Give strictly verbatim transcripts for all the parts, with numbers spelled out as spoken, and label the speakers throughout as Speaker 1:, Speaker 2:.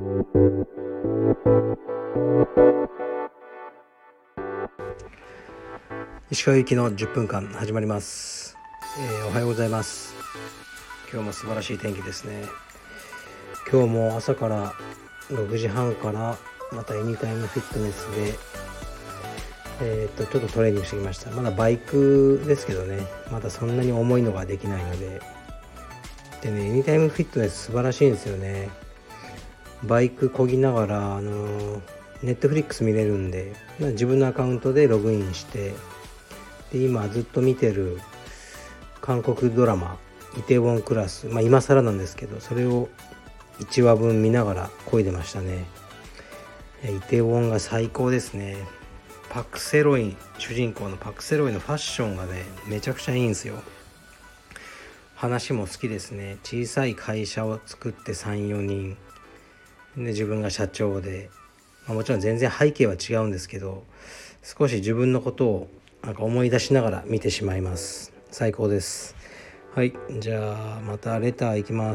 Speaker 1: 石川由紀のじゅっぷんかん始まります、えー、おはようございます。今日も素晴らしい天気ですね。今日も朝からろくじはんからまたエニタイムフィットネスでえー、っとちょっとトレーニングしてきました。まだバイクですけどね、まだそんなに重いのができないのででね、エニタイムフィットネス素晴らしいんですよね。バイク漕ぎながらあのネットフリックス見れるんで、自分のアカウントでログインしてで今ずっと見てる韓国ドラマイテウォンクラス、まあ今更なんですけど、それをいちわぶん見ながら漕いでましたね。イテウォンが最高ですね。パクセロイ、主人公のパクセロイのファッションがねめちゃくちゃいいんですよ。話も好きですね。小さい会社を作ってさん、よにんで自分が社長で、まあ、もちろん全然背景は違うんですけど、少し自分のことをなんか思い出しながら見てしまいます。最高です。はい、じゃあまたレターいきます。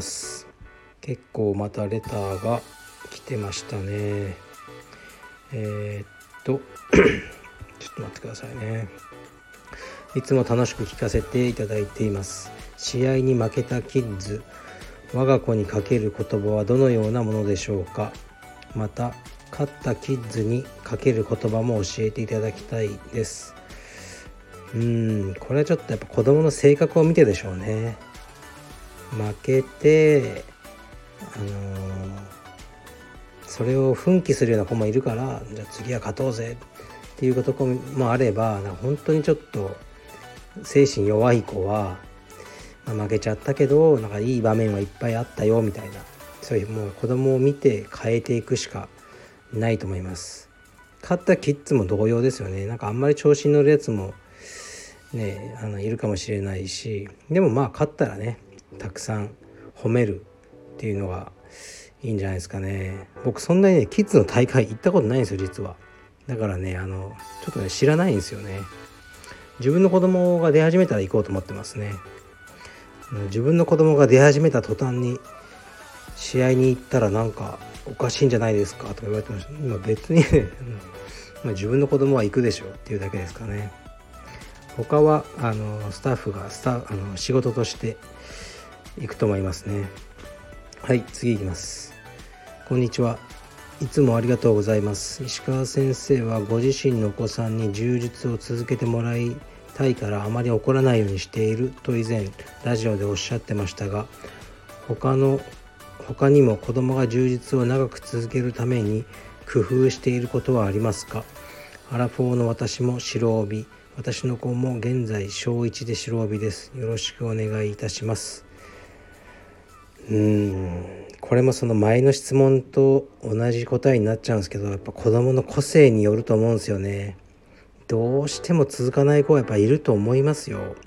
Speaker 1: 結構またレターが来てましたね。えー、っとちょっと待ってくださいね。いつも楽しく聞かせていただいています。試合に負けたキッズ、我が子にかける言葉はどのようなものでしょうか。また勝ったキッズにかける言葉も教えていただきたいです。うーんこれはちょっとやっぱ子供の性格を見てでしょうね。負けてあのー、それを奮起するような子もいるから、じゃあ次は勝とうぜっていうこともあれば、なんか本当にちょっと精神弱い子は、まあ、負けちゃったけどなんかいい場面はいっぱいあったよみたいな、そういうもう子供を見て変えていくしかないと思います。勝ったキッズも同様ですよね。なんかあんまり調子に乗るやつもね、あのいるかもしれないし、でもまあ勝ったらねたくさん褒めるっていうのがいいんじゃないですかね。僕そんなにねキッズの大会行ったことないんですよ実は。だからねあのちょっとね知らないんですよね。自分の子供が出始めたら行こうと思ってますね。自分の子供が出始めた途端に試合に行ったらなんかおかしいんじゃないですかとか言われてました。今別にねまあ自分の子供は行くでしょうっていうだけですかね。他はあのスタッフがスタあの仕事として行くと思いますね。はい、次行きます。こんにちは。いつもありがとうございます。石川先生はご自身のお子さんに柔術を続けてもらいたいからあまり怒らないようにしていると以前ラジオでおっしゃってましたが、他の他にも子供が柔術を長く続けるために工夫していることはありますか。アラフォーの私も白帯、私の子も現在しょういちで白帯です。よろしくお願いいたします。うーんこれもその前の質問と同じ答えになっちゃうんですけど、やっぱ子供の個性によると思うんですよね。どうしても続かない子はやっぱいると思いますよ。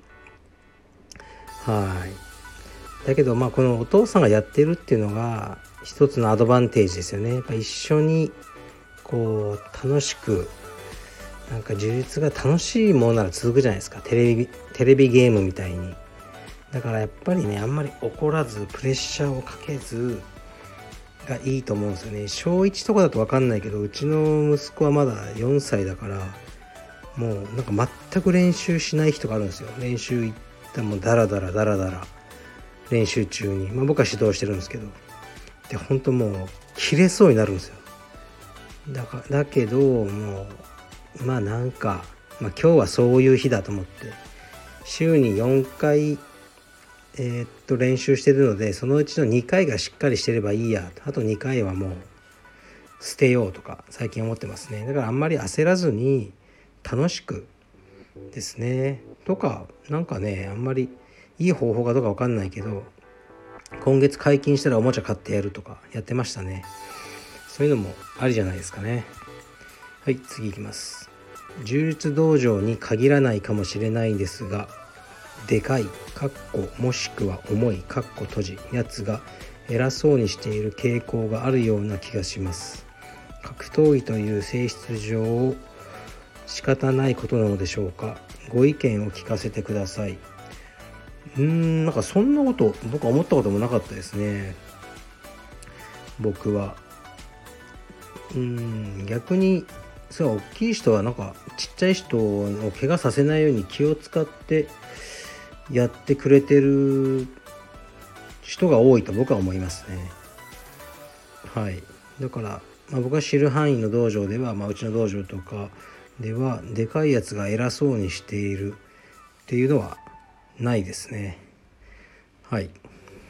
Speaker 1: はいだけどまあこのお父さんがやってるっていうのが一つのアドバンテージですよね。やっぱ一緒にこう楽しく、なんか呪術が楽しいものなら続くじゃないですか。テレビテレビゲームみたいに。だからやっぱりねあんまり怒らずプレッシャーをかけずがいいと思うんですよね。しょういちとかだと分かんないけど、うちの息子はまだよんさいだから、もうなんか全く練習しない日とかあるんですよ。練習行ってもダラダラダラダラ練習中に、まあ、僕は指導してるんですけど、で本当もう切れそうになるんですよ。だからだけどもうまあなんか、まあ、今日はそういう日だと思って週によんかいえー、っと練習してるので、そのうちのにかいがしっかりしてればいいや、あとにかいはもう捨てようとか最近思ってますね。だからあんまり焦らずに楽しくですね。とかなんかねあんまりいい方法かどうか分かんないけど、今月解禁したらおもちゃ買ってやるとかやってましたね。そういうのもありじゃないですかね。はい、次いきます。柔術道場に限らないかもしれないですが、でかいかっこもしくは重いかっこ閉じやつが偉そうにしている傾向があるような気がします。格闘技という性質上仕方ないことなのでしょうか。ご意見を聞かせてください。うーんなんかそんなこと僕は思ったこともなかったですね。僕はうん逆にそう大きい人はなんかちっちゃい人を怪我させないように気を使ってやってくれてる人が多いと僕は思いますね。はい。だから、まあ、僕が知る範囲の道場では、まあ、うちの道場とかではでかいやつが偉そうにしているっていうのはないですね。はい。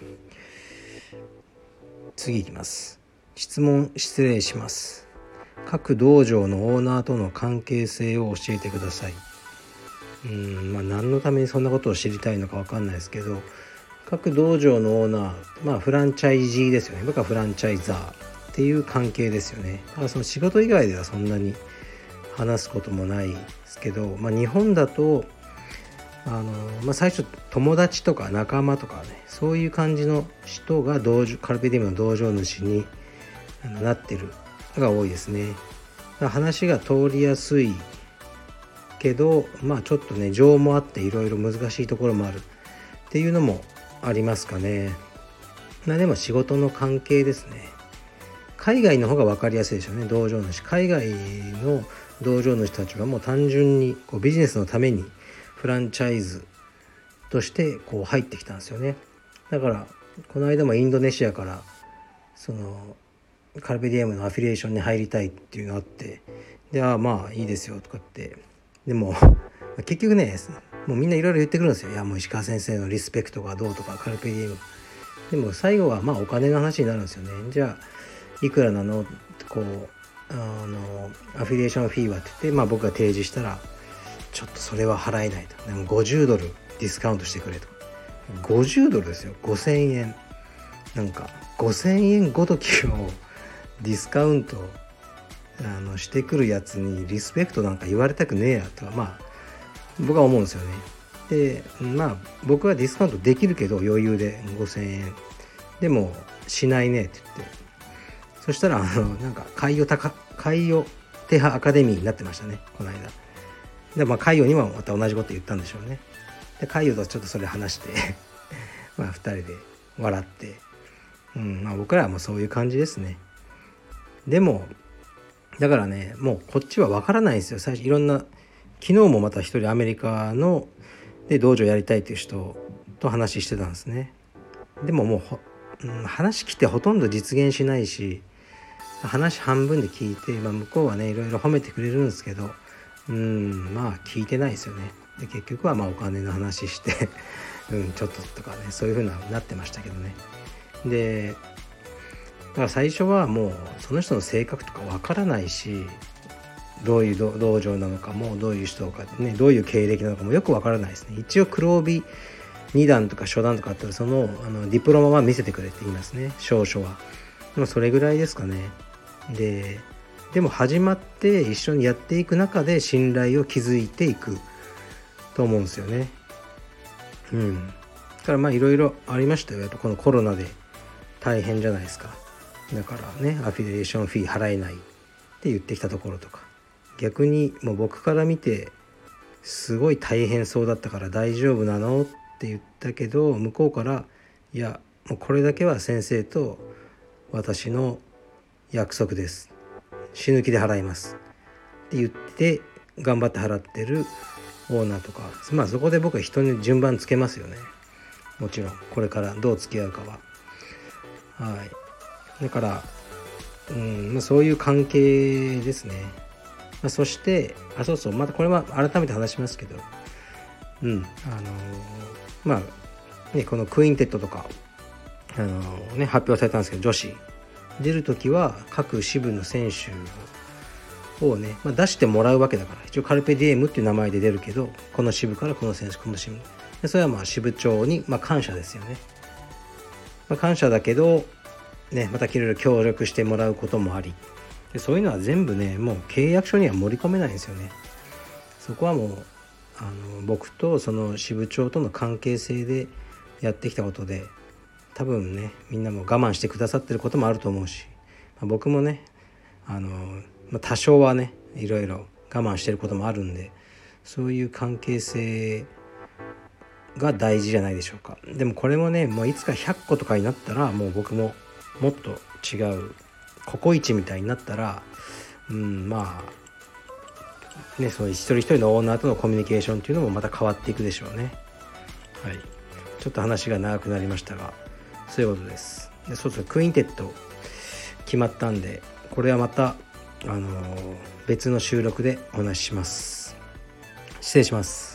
Speaker 1: 次いきます。質問失礼します。各道場のオーナーとの関係性を教えてください。うーんまあ何のためにそんなことを知りたいのか分かんないですけど、各道場のオーナー、まあフランチャイジーですよね。僕はフランチャイザーっていう関係ですよね。だからその仕事以外ではそんなに話すこともないですけど、まあ、日本だとあの、まあ、最初友達とか仲間とかね、そういう感じの人が道場カルペディウムの道場主になってるのが多いですね。だから話が通りやすいけど、まあちょっとね情もあっていろいろ難しいところもあるっていうのもありますかね。まあでも仕事の関係ですね。海外の方が分かりやすいですよね。道場主、海外の道場主たちはもう単純にこうビジネスのためにフランチャイズとしてこう入ってきたんですよね。だからこの間もインドネシアからそのカルペディウムのアフィリエーションに入りたいっていうのがあって、でああまあいいですよとかって、でも結局ねもうみんないろいろ言ってくるんですよ。いやもう石川先生のリスペクトがどうとかカルペディウム、でも最後はまあお金の話になるんですよね。じゃあいくらなのこうあのアフィリエーションフィーはって言って、まあ僕が提示したらちょっとそれは払えないと、でもごじゅうドルディスカウントしてくれと。ごじゅうドルですよ。ごせんえん、なんかごせんえんごときをディスカウントあのしてくるやつにリスペクトなんか言われたくねえやとはまあ僕は思うんですよね。でまあ僕はディスカウントできるけど余裕でごせんえんでもしないねって言って、そしたらあのなんか海洋高海洋手派アカデミーになってましたねこの間で。まあ海洋にもまた同じこと言ったんでしょうね。で海洋とちょっとそれ話してまあふたりで笑って、うんまあ僕らはもうそういう感じですね。でもだからねもうこっちは分からないんですよ。最初いろんな、昨日もまた一人アメリカので道場やりたいっていう人と話してたんですね。でももう、うん、話来てほとんど実現しないし、話半分で聞いて、まあ、向こうはねいろいろ褒めてくれるんですけど、うんまあ聞いてないですよね。で結局はまあお金の話してうんちょっととかね、そういう風ななってましたけどね。でだから最初はもうその人の性格とかわからないし、どういう道場なのかもどういう人かね、どういう経歴なのかもよくわからないですね。一応黒帯に段とか初段とかあったらそのあのディプロマは見せてくれって言いますね、証書は。でもそれぐらいですかね。ででも始まって一緒にやっていく中で信頼を築いていくと思うんですよね。うんだからまあいろいろありましたよ。やっぱこのコロナで大変じゃないですか。だからねアフィリエーションフィー払えないって言ってきたところとか、逆にもう僕から見てすごい大変そうだったから大丈夫なのって言ったけど、向こうからいやもうこれだけは先生と私の約束です、死ぬ気で払いますって言って頑張って払ってるオーナーとか、まあそこで僕は人に順番つけますよね。もちろんこれからどう付き合うかは。はいだから、うんまあ、そういう関係ですね。まあ、そしてあそうそうまたこれは改めて話しますけど、うんあのー、まあねこのクインテットとか、あのー、ね発表されたんですけど、女子出るときは各支部の選手をね、まあ、出してもらうわけだから、一応カルペディエムっていう名前で出るけど、この支部からこの選手この支部で、それはまあ支部長にまあ感謝ですよね。まあ、感謝だけどね、またいろいろ協力してもらうこともあり、でそういうのは全部ねもう契約書には盛り込めないんですよね。そこはもうあの僕とその支部長との関係性でやってきたことで、多分ねみんなも我慢してくださってることもあると思うし、まあ、僕もねあの、まあ、多少はねいろいろ我慢してることもあるんで、そういう関係性が大事じゃないでしょうか。でもこれもねもういつかひゃっことかになったらもう僕ももっと違うココイチみたいになったら、うん、まあね、その一人一人のオーナーとのコミュニケーションっていうのもまた変わっていくでしょうね。はい、ちょっと話が長くなりましたが、そういうことです。で、そうそう、クインテット決まったんで、これはまたあのー、別の収録でお話しします。失礼します。